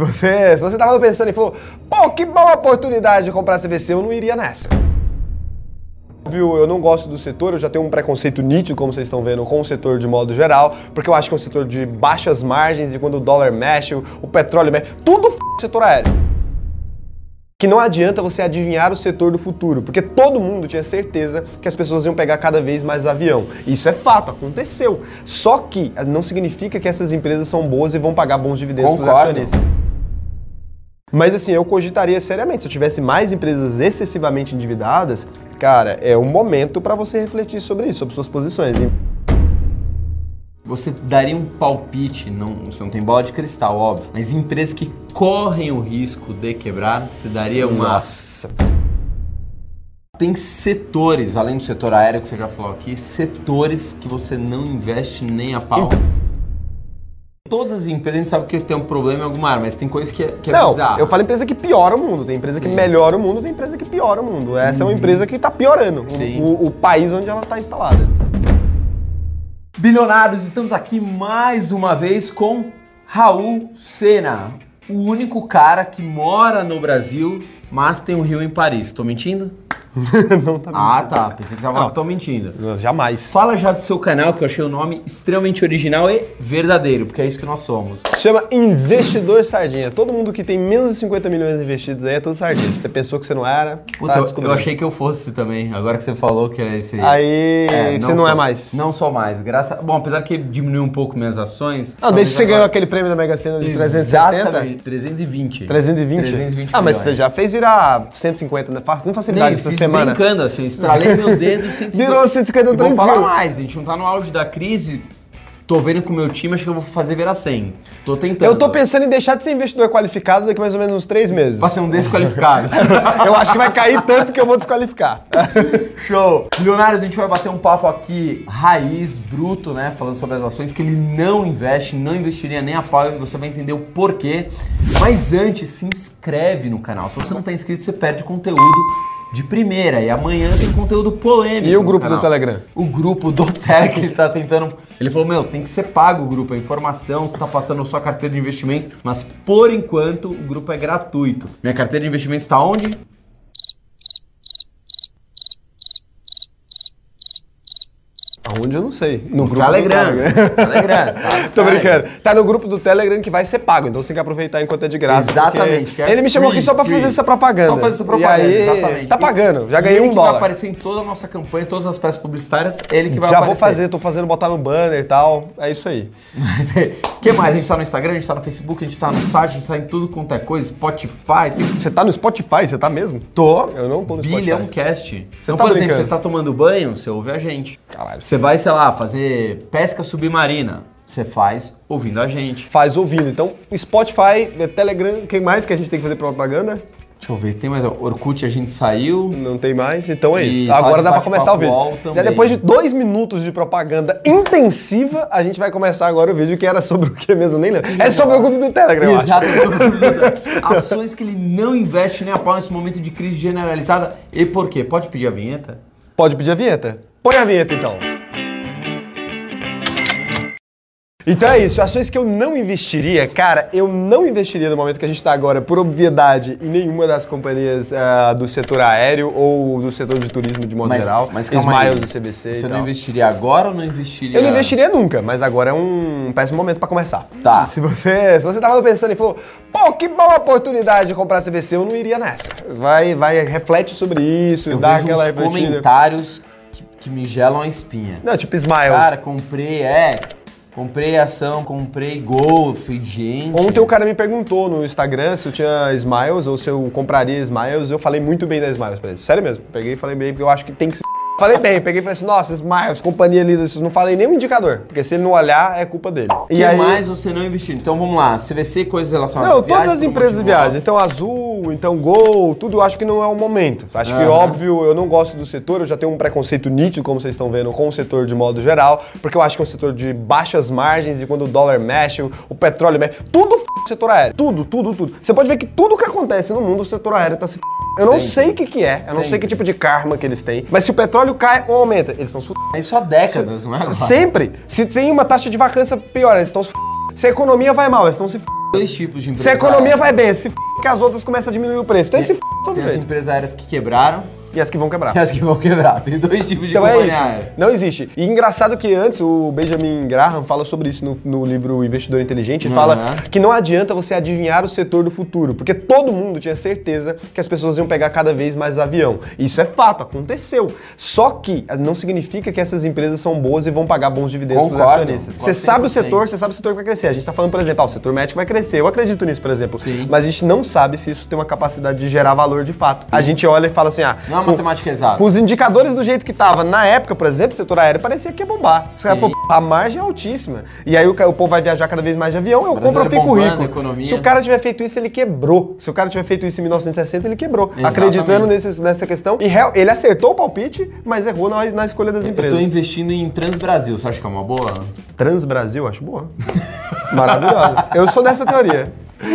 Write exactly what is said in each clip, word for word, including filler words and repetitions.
Você, se você tava pensando e falou, pô, que boa oportunidade de comprar C V C, eu não iria nessa. Óbvio, eu não gosto do setor, eu já tenho um preconceito nítido, como vocês estão vendo, com o setor de modo geral, porque eu acho que é um setor de baixas margens e quando o dólar mexe, o, o petróleo mexe, tudo f*** o setor aéreo. Que não adianta você adivinhar o setor do futuro, porque todo mundo tinha certeza que as pessoas iam pegar cada vez mais avião. Isso é fato, aconteceu. Só que não significa que essas empresas são boas e vão pagar bons dividendos para os acionistas. Mas assim, eu cogitaria seriamente, se eu tivesse mais empresas excessivamente endividadas, cara, é um momento para você refletir sobre isso, sobre suas posições. Você daria um palpite, não, você não tem bola de cristal, óbvio, mas empresas que correm o risco de quebrar, você daria uma... Nossa! Tem setores, além do setor aéreo que você já falou aqui, setores que você não investe nem a pau. Todas as empresas, a gente sabe que tem um problema em alguma área, mas tem coisa que é, que é não, bizarra. Eu falo empresa que piora o mundo, tem empresa que Sim. melhora o mundo, tem empresa que piora o mundo. Essa uhum. é uma empresa que está piorando o, o, o país onde ela está instalada. Bilionários, estamos aqui mais uma vez com Raul Sena, o único cara que mora no Brasil, mas tem um rio em Paris. Tô mentindo? Não tá mentindo. Ah, tá. Pensei que você tava tô mentindo. Não, jamais. Fala já do seu canal, que eu achei o nome extremamente original e verdadeiro, porque é isso que nós somos. Chama Investidor Sardinha. Todo mundo que tem menos de cinquenta milhões investidos aí é todo sardinha. Você pensou que você não era, Puta, tá eu achei que eu fosse também. Agora que você falou que é esse... Aí é, você não, não sou, é mais. Não sou mais. Graças... Bom, apesar que diminuiu um pouco minhas ações... Não, desde que você agora... ganhou aquele prêmio da Mega Sena de trezentos e sessenta? Exatamente. trezentos e vinte. trezentos e vinte? trezentos e vinte Ah, mas milhões. você já fez virar cento e cinquenta, né? Com facilidade essa semana. Brincando, assim, eu estralei meu dedo cento e cinquenta. Virou cento e cinquenta tranquilo. Vou falar mais, a gente não tá no auge da crise. Tô vendo com o meu time, acho que eu vou fazer virar cem. Tô tentando. Eu tô pensando em deixar de ser investidor qualificado daqui mais ou menos uns três meses. Pra ser um desqualificado. Eu acho que vai cair tanto que eu vou desqualificar. Show! Milionários, a gente vai bater um papo aqui raiz, bruto, né? Falando sobre as ações que ele não investe, não investiria nem a pau e você vai entender o porquê. Mas antes, se inscreve no canal. Se você não tá inscrito, você perde conteúdo de primeira, e amanhã tem conteúdo polêmico. E o grupo do Telegram? O grupo do Telegram, que ele tá tentando... Ele falou, meu, tem que ser pago o grupo, a informação, você tá passando a sua carteira de investimentos, mas por enquanto o grupo é gratuito. Minha carteira de investimentos tá onde? Aonde eu não sei. No, no grupo Telegram. do Telegram. Telegram. Tá, Tô brincando. Tá no grupo do Telegram que vai ser pago, então você tem que aproveitar enquanto é de graça. Exatamente. Que é ele me chamou free, aqui só pra free. fazer essa propaganda. Só fazer essa propaganda, e aí, exatamente. Tá pagando, já ganhei ele um que dólar. Vai aparecer em toda a nossa campanha, todas as peças publicitárias, ele que vai já aparecer. Já vou fazer, tô fazendo, botar no banner e tal, é isso aí. O que mais? A gente tá no Instagram, a gente tá no Facebook, a gente tá no site, a gente tá em tudo quanto é coisa, Spotify. Tem... Você tá no Spotify, você tá mesmo? Tô. Eu não tô no Spotify. Bilhão Cast. Você então, tá por brincando? exemplo, você tá tomando banho, você ouve a gente. Caralho. Você vai, sei lá, fazer pesca submarina. Você faz ouvindo a gente. Faz ouvindo. Então, Spotify, Telegram, o que mais que a gente tem que fazer propaganda? Deixa eu ver, tem mais. Orkut a gente saiu. Não tem mais, então é E isso. Agora dá pra começar o vídeo. Também. Já depois de dois minutos de propaganda intensiva, a gente vai começar agora o vídeo que era sobre o que mesmo, nem lembro. É sobre o grupo do Telegram, eu Exato. acho. Ações que ele não investe nem a pau nesse momento de crise generalizada. E por quê? Pode pedir a vinheta? Pode pedir a vinheta? Põe a vinheta então. Então é isso, ações que eu não investiria, cara, eu não investiria no momento que a gente está agora, por obviedade, em nenhuma das companhias uh, do setor aéreo ou do setor de turismo de modo mas, geral, mas Smiles e C B C Você e não tal. investiria agora ou não investiria... Eu não investiria nunca, mas agora é um péssimo momento para começar. Tá. Se você, se você tava pensando e falou, pô, que boa oportunidade de comprar C B C, eu não iria nessa. Vai, vai, reflete sobre isso eu e dá vejo aquela uns refletida. comentários que, que me gelam a espinha. Não, tipo Smiles. Cara, comprei, é... Comprei ação, comprei Gol, fui gente... Ontem o cara me perguntou no Instagram se eu tinha Smiles ou se eu compraria Smiles. Eu falei muito bem da Smiles pra ele. Sério mesmo. Peguei e falei bem, porque eu acho que tem que ser... Falei bem, peguei e falei assim, nossa, Smiles, companhia líder, não falei nem um indicador, porque se ele não olhar, é culpa dele. O que e aí... mais você não investiu? Então vamos lá, C V C, coisas relacionadas não, a viagens... Não, todas as empresas de viagem, então Azul, então Gol, tudo eu acho que não é o momento. Acho que, uhum. óbvio, eu não gosto do setor, eu já tenho um preconceito nítido, como vocês estão vendo, com o setor de modo geral, porque eu acho que é um setor de baixas margens e quando o dólar mexe, o, o petróleo mexe, tudo f*** o setor aéreo, tudo, tudo, tudo. Você pode ver que tudo que acontece no mundo, o setor aéreo tá se f***. Eu não Sempre. sei o que que é, eu Sempre. não sei que tipo de karma que eles têm, mas se o petróleo cai ou aumenta, eles estão se f***. Isso há décadas, não é agora? Sempre. Se tem uma taxa de vacância pior, eles estão se f***. Se a economia vai mal, eles estão se f***. dois tipos de Se a empresas economia aéreas. vai bem, se f que as outras começam a diminuir o preço. Então esse f todo Tem as jeito. empresas aéreas que quebraram E as que vão quebrar. e as que vão quebrar. Tem dois tipos de Então é companhia isso, aérea. não existe. E engraçado que antes o Benjamin Graham fala sobre isso no, no livro Investidor Inteligente, ele Uhum. fala que não adianta você adivinhar o setor do futuro, porque todo mundo tinha certeza que as pessoas iam pegar cada vez mais avião. Isso é fato, aconteceu. Só que não significa que essas empresas são boas e vão pagar bons dividendos para os Concordo, acionistas. concordo Você sabe o cem por cento. setor, você sabe o setor que vai crescer. A gente está falando, por exemplo, ah, o setor médico vai crescer. Eu acredito nisso, por exemplo. Sim. Mas a gente não sabe se isso tem uma capacidade de gerar valor de fato. A gente olha e fala assim, ah, Não é uma com- matemática exata. com os indicadores do jeito que tava na época, por exemplo, o setor aéreo parecia que ia bombar. Os caras Sim. falaram, "Pô, a margem é altíssima. E aí o, ca- o povo vai viajar cada vez mais de avião, eu compro, eu brasileiro fico bombando, rico. economia. Se o cara tiver feito isso, ele quebrou. Se o cara tiver feito isso em mil novecentos e sessenta, ele quebrou. Exatamente. Acreditando nesses, nessa questão. E real- ele acertou o palpite, mas errou na, na escolha das Eu empresas. tô investindo em Transbrasil, você acha que é uma boa? Transbrasil, acho boa. Maravilhosa. Eu sou dessa teoria.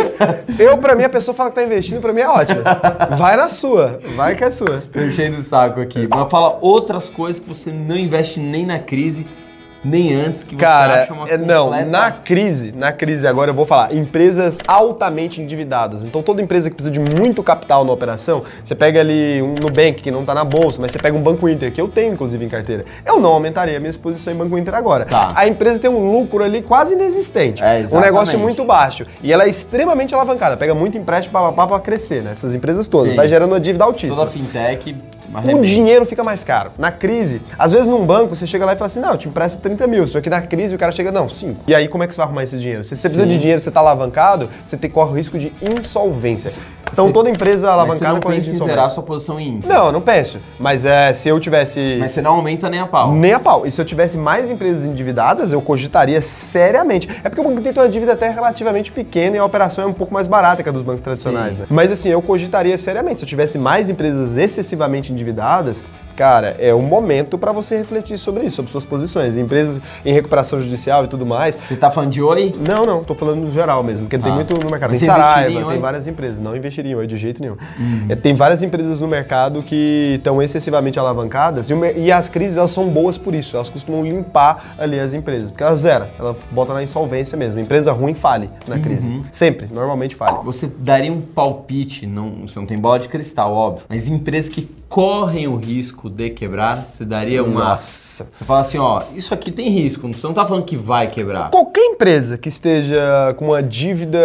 Eu, pra mim, a pessoa fala que tá investindo, pra mim é ótimo. Vai na sua, vai que é sua. Eu enchendo o saco aqui. Mas fala outras coisas que você não investe nem na crise, nem antes, que você Cara, acha uma é, não, completa... na crise, na crise agora eu vou falar, empresas altamente endividadas. Então toda empresa que precisa de muito capital na operação, você pega ali um Nubank que não tá na bolsa, mas você pega um Banco Inter, que eu tenho inclusive em carteira, eu não aumentaria a minha exposição em Banco Inter agora. Tá. A empresa tem um lucro ali quase inexistente, É, um exatamente. negócio muito baixo, e ela é extremamente alavancada, pega muito empréstimo para crescer, né? Essas empresas todas, Sim. vai gerando uma dívida altíssima. Toda fintech... O arrebenta. dinheiro fica mais caro. Na crise, às vezes num banco você chega lá e fala assim, não, eu te empresto trinta mil, só que na crise o cara chega, não, cinco. E aí como é que você vai arrumar esse dinheiro? Se você precisa Sim. de dinheiro, você está alavancado, você tem, corre o risco de insolvência. Então Você- toda empresa Mas você alavancada não corre risco pensa de em zerar insolvência. sua posição em Inter. Não, eu não penso. Mas é, se eu tivesse... Mas você não aumenta nem a pau. Nem a pau. E se eu tivesse mais empresas endividadas, eu cogitaria seriamente. É porque o Banco Inter tem uma dívida até relativamente pequena e a operação é um pouco mais barata que a dos bancos tradicionais, Sim. né? Mas assim, eu cogitaria seriamente. Se eu tivesse mais empresas excessivamente endividadas, cara, é um momento para você refletir sobre isso, sobre suas posições. Empresas em recuperação judicial e tudo mais. Você tá falando de Oi? Não, não, tô falando no geral mesmo, porque tem Ah. muito no mercado. Mas Tem você investiria Saraiva, em tem Oi? várias empresas. Não investiriam Oi de jeito nenhum. É, tem várias empresas no mercado que estão excessivamente alavancadas e, o mer- e as crises elas são boas por isso. Elas costumam limpar ali as empresas, porque ela zera, ela bota na insolvência mesmo. Empresa ruim fale na crise. Uhum. Sempre, normalmente fale. Você daria um palpite, não, você não tem bola de cristal, óbvio, mas empresas que correm o risco de quebrar, você daria uma... Nossa. Você fala assim, ó, isso aqui tem risco, você não tá falando que vai quebrar. Qualquer empresa que esteja com uma dívida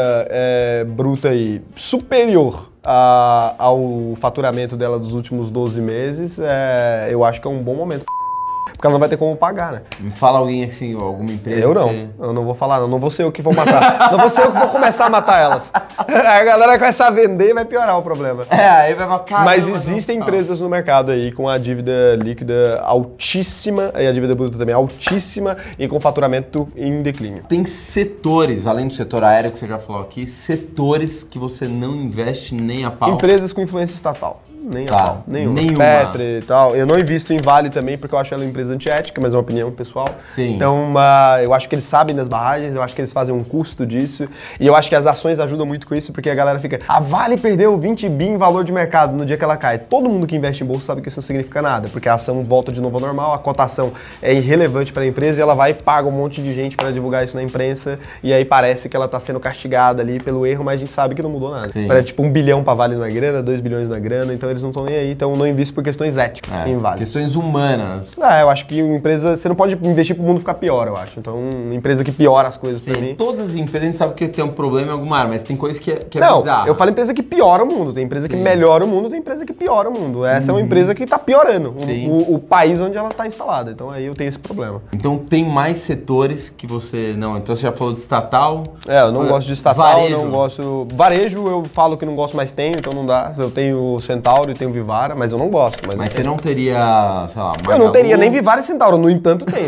é, bruta aí superior a- ao faturamento dela dos últimos doze meses, é, eu acho que é um bom momento. Porque ela não vai ter como pagar, né? Me fala alguém assim, alguma empresa Eu que não, você- eu não vou falar, não, não vou ser eu que vou matar. Não vou ser eu que vou começar a matar elas. A galera vai começar a vender e vai piorar o problema. É, aí vai falar, caramba, Mas não- existem não. empresas no mercado aí com a dívida líquida altíssima, e a dívida bruta também altíssima, e com faturamento em declínio. Tem setores, além do setor aéreo que você já falou aqui, setores que você não investe nem a pau. Empresas com influência estatal. Nem Tá, a pau. Nenhuma. nenhuma. Petri e tal. Eu não invisto em Vale também porque eu acho ela uma empresa antiética, mas é uma opinião pessoal. Sim. Então, ah, eu acho que eles sabem das barragens, eu acho que eles fazem um custo disso. E eu acho que as ações ajudam muito com isso, porque a galera fica, a Vale perdeu vinte bi em valor de mercado no dia que ela cai. Todo mundo que investe em bolsa sabe que isso não significa nada, porque a ação volta de novo ao normal, a cotação é irrelevante para a empresa e ela vai e paga um monte de gente para divulgar isso na imprensa. E aí parece que ela está sendo castigada ali pelo erro, mas a gente sabe que não mudou nada. Sim. Para tipo um bilhão para Vale não é grana, dois bilhões não é grana, então eles não estão nem aí. Então não invisto por questões éticas É, em Vale. questões humanas. Ah, eu acho que uma empresa, você não pode investir pro mundo ficar pior, eu acho. Então, uma empresa que piora as coisas pra Sim, mim. todas as empresas a gente sabe que tem um problema em alguma área, mas tem coisa que é, que é Não, bizarra. eu falo empresa que piora o mundo. Tem empresa que Sim. melhora o mundo, tem empresa que piora o mundo. Essa é uma empresa que tá piorando o, Sim. o- o país onde ela tá instalada. Então aí eu tenho esse problema. Então tem mais setores que você não. Então você já falou de estatal. É, eu não Foi- gosto de estatal, Varejo. não gosto... Varejo eu falo que não gosto, mas tenho, então não dá. Eu tenho Centauro e tenho Vivara, mas eu não gosto. Mas, Mas eu você tenho. não teria, sei lá, Eu não Magalu. teria nem Vivara e Centauro, no entanto tenho.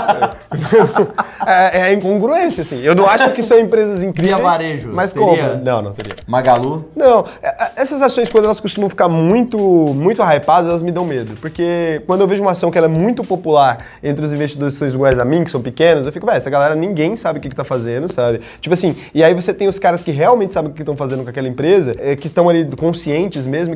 é, é incongruência, assim. Eu não acho que são empresas incríveis, Via Varejo, mas teria? compram. Não, não teria. Magalu. Não, é, é, essas ações, quando elas costumam ficar muito, muito hypadas, elas me dão medo. Porque quando eu vejo uma ação que ela é muito popular entre os investidores que são iguais a mim, que são pequenos, eu fico, velho, essa galera ninguém sabe o que, que tá fazendo, sabe? Tipo assim, e aí você tem os caras que realmente sabem o que estão fazendo com aquela empresa, é, que estão ali conscientes mesmo, que eles estão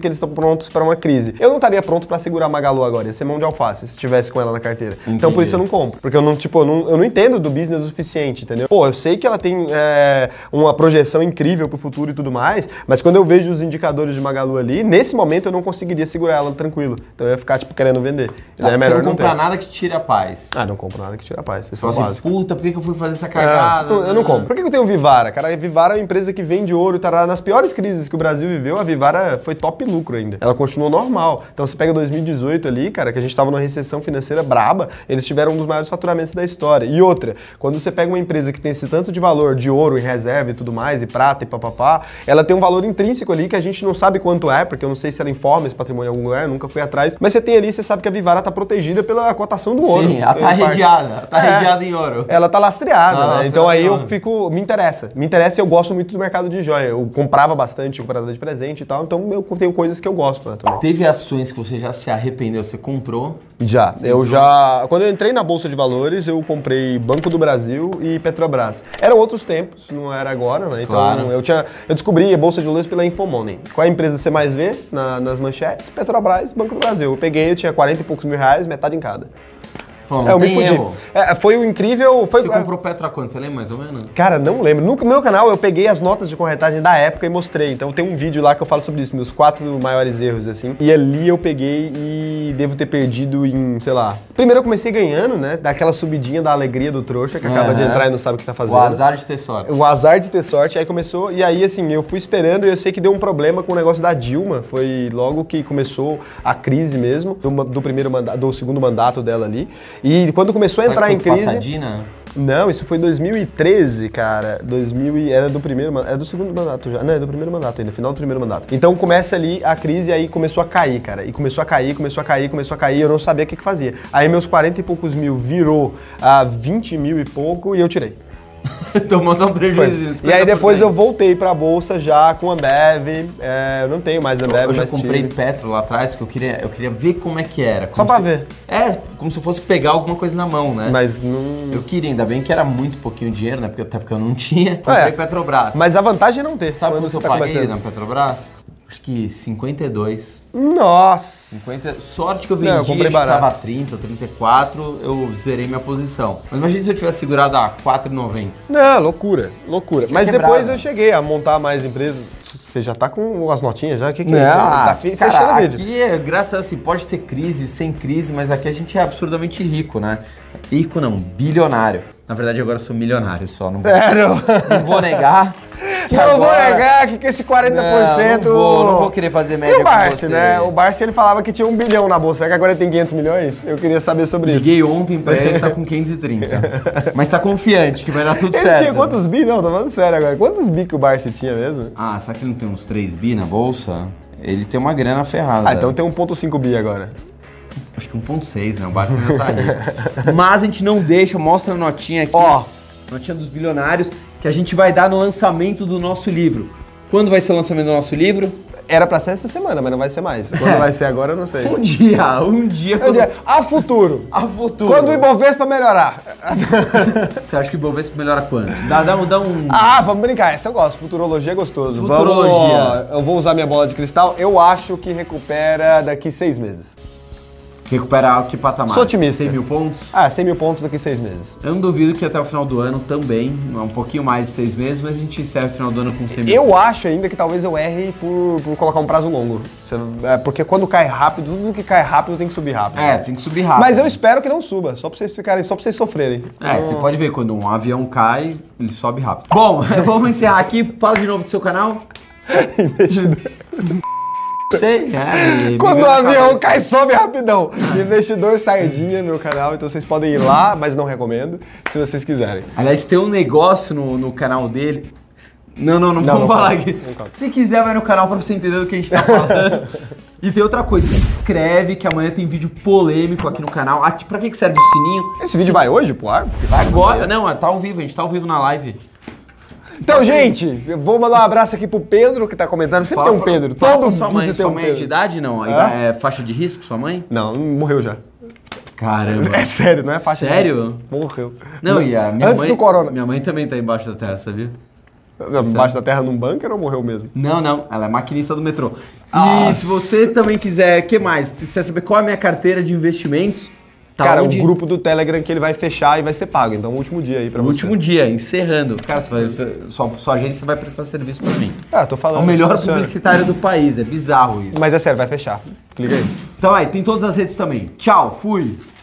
prontos para uma crise. Eu não estaria pronto para segurar a Magalu agora, ia ser mão de alface se tivesse com ela na carteira. Entendi. Então por isso eu não compro, porque eu não, tipo, eu não, eu não entendo do business o suficiente, entendeu? Pô, eu sei que ela tem é, uma projeção incrível pro futuro e tudo mais, mas quando eu vejo os indicadores de Magalu ali, nesse momento eu não conseguiria segurar ela tranquilo. Então eu ia ficar, tipo, querendo vender. Tá, é melhor você não, não comprar nada que tire a paz. Ah, não compro nada que tire a paz. Isso é assim, básico. Puta, por que que eu fui fazer essa cagada? É, eu não compro. Por que eu tenho Vivara? Cara, a Vivara é uma empresa que vende ouro, tá nas piores crises que o Brasil viveu, a Vivara foi top lucro ainda. Ela continuou normal. Então você pega dois mil e dezoito ali, cara, que a gente tava numa recessão financeira braba, eles tiveram um dos maiores faturamentos da história. E outra, quando você pega uma empresa que tem esse tanto de valor de ouro em reserva e tudo mais, e prata e papapá, ela tem um valor intrínseco ali que a gente não sabe quanto é, porque eu não sei se ela informa esse patrimônio em algum lugar, nunca fui atrás, mas você tem ali, você sabe que a Vivara tá protegida pela cotação do ouro. Sim, ela tá arrediada, ela tá arrediada é, em ouro. Ela tá lastreada, tá, né? Então aí eu fico, me interessa. Me interessa e eu gosto muito do mercado de joia. Eu comprava bastante comprador de presente e tal, então eu tenho coisas que eu gosto, né, também. Teve ações que você já se arrependeu, você comprou? Já. Eu já... Quando eu entrei na Bolsa de Valores, eu comprei Banco do Brasil e Petrobras. Eram outros tempos, não era agora, né? Então claro. eu, tinha, eu descobri a Bolsa de Valores pela Infomoney. Qual é a empresa que você mais vê na, nas manchetes? Petrobras, Banco do Brasil. Eu peguei, eu tinha quarenta e poucos mil reais, metade em cada. Pô, não é, eu tem me fudi. Erro. É, foi o incrível... Foi, você comprou Petro a quanto? Você lembra mais ou menos? Cara, não lembro. No meu canal eu peguei as notas de corretagem da época e mostrei. Então tem um vídeo lá que eu falo sobre isso, meus quatro maiores erros, assim. E ali eu peguei e devo ter perdido em, sei lá... Primeiro eu comecei ganhando, né? Daquela subidinha da alegria do trouxa, que uhum. acaba de entrar e não sabe o que tá fazendo. O azar de ter sorte. O azar de ter sorte. Aí começou... E aí, assim, eu fui esperando e eu sei que deu um problema com o negócio da Dilma. Foi logo que começou a crise mesmo, do, do primeiro mandato, do segundo mandato dela ali. E quando começou a entrar em crise... Passadina? Não, isso foi em dois mil e treze, cara. dois mil e... Era do primeiro... Era do segundo mandato já. Não, é do primeiro mandato ainda, final do primeiro mandato. Então começa ali a crise e aí começou a cair, cara. E começou a cair, começou a cair, começou a cair. Eu não sabia o que que fazia. Aí meus quarenta e poucos mil virou a vinte mil e pouco e eu tirei. Tomou só um prejuízo. E aí depois eu voltei pra bolsa já com Ambev. É, eu não tenho mais Ambev. Eu já comprei tive. Petro lá atrás porque eu queria, eu queria ver como é que era. Só pra se, ver. É, como se eu fosse pegar alguma coisa na mão, né? Mas não... Eu queria, ainda bem que era muito pouquinho dinheiro, né? Porque até porque eu não tinha. Comprei é, Petrobras. Mas a vantagem é não ter. Sabe quanto eu tá paguei começando? Na Petrobras? Acho que cinquenta e dois. Nossa! cinquenta... Sorte que eu vendi, não, eu comprei acho que tava trinta ou trinta e quatro, eu zerei minha posição. Mas imagina se eu tivesse segurado a quatro e noventa. Não, loucura, loucura. Tinha Mas quebrado. Depois eu cheguei a montar mais empresas. Você já tá com as notinhas já? O que, que não, é isso? Tá fe... cara, aqui, é, graças a Deus, assim, pode ter crise, sem crise, mas aqui a gente é absurdamente rico, né? Rico não, bilionário. Na verdade, agora eu sou milionário só, não vou, Sério? Não vou negar. Que não agora... vou negar que, que esse quarenta por cento... Não, não, vou, não vou querer fazer média e o Barsi, com você. Né? O Barsi, ele falava que tinha um bilhão na bolsa. Será que agora ele tem quinhentos milhões? Eu queria saber sobre Liguei isso. Liguei ontem pra ele, ele tá com quinhentos e trinta. Mas tá confiante que vai dar tudo ele certo. Ele tinha quantos bi? Não, tô falando sério agora. Quantos bi que o Barsi tinha mesmo? Ah, será que ele não tem uns três bi na bolsa? Ele tem uma grana ferrada. Ah, então tem um ponto cinco bi agora. Acho que um ponto seis, né? O Barsi já tá rico. Mas a gente não deixa, mostra a notinha aqui. Ó. Notinha dos bilionários, que a gente vai dar no lançamento do nosso livro. Quando vai ser o lançamento do nosso livro? Era pra ser essa semana, mas não vai ser mais. Quando é. vai ser agora, eu não sei. Um dia, um dia. Um dia. A futuro. A futuro. Quando o Ibovespa melhorar. Você acha que o Ibovespa melhora quanto? Dá, dá, dá um... Ah, vamos brincar. Essa eu gosto. Futurologia é gostoso. Futurologia. Vamos, eu vou usar minha bola de cristal. Eu acho que recupera daqui seis meses. Recuperar que patamar? Sou otimista. cem mil pontos? Ah, cem mil pontos daqui a seis meses. Eu não duvido que até o final do ano também, um pouquinho mais de seis meses, mas a gente encerra o final do ano com cem mil eu pontos. Eu acho ainda que talvez eu erre por, por colocar um prazo longo. É porque quando cai rápido, tudo que cai rápido tem que subir rápido. É, tem que subir rápido. Mas eu espero que não suba, só pra vocês ficarem, só pra vocês sofrerem. É, então... você pode ver, quando um avião cai, ele sobe rápido. Bom, vamos encerrar aqui. Fala de novo do seu canal. Investidor. Sei, é. Quando o avião cai, sobe rapidão. Investidor Sardinha, meu canal, então vocês podem ir lá, mas não recomendo, se vocês quiserem. Aliás, tem um negócio no, no canal dele. Não, não, não, não vamos não falar fala. aqui. Se quiser, vai no canal pra você entender do que a gente tá falando. E tem outra coisa, se inscreve que amanhã tem vídeo polêmico aqui no canal. Pra que serve o sininho? Esse vídeo vai hoje pro ar? Vai agora, não, tá ao vivo, a gente tá ao vivo na live. Então, gente, eu vou mandar um abraço aqui pro Pedro, que tá comentando. Sempre fala tem um pra, Pedro. Todo vídeo sua mãe, tem sua um mãe Pedro. é de idade, não? É? É faixa de risco, sua mãe? Não, morreu já. Caramba. É sério, não é faixa sério? de risco. Morreu. Não, e a minha Antes mãe... do corona. Minha mãe também tá embaixo da terra, sabia? Embaixo da terra num bunker ou morreu mesmo? Não, não. Ela é maquinista do metrô. Nossa. E se você também quiser, o que mais? Se você saber qual é a minha carteira de investimentos, tá Cara, onde? o grupo do Telegram que ele vai fechar e vai ser pago. Então, o último dia aí pra No você. último dia, encerrando. Cara, você vai, sua, sua agência vai prestar serviço pra mim. Ah, tô falando. É o melhor funciona. publicitário do país. É bizarro isso. Mas é sério, vai fechar. Clica aí. Então aí, tem todas as redes também. Tchau, fui!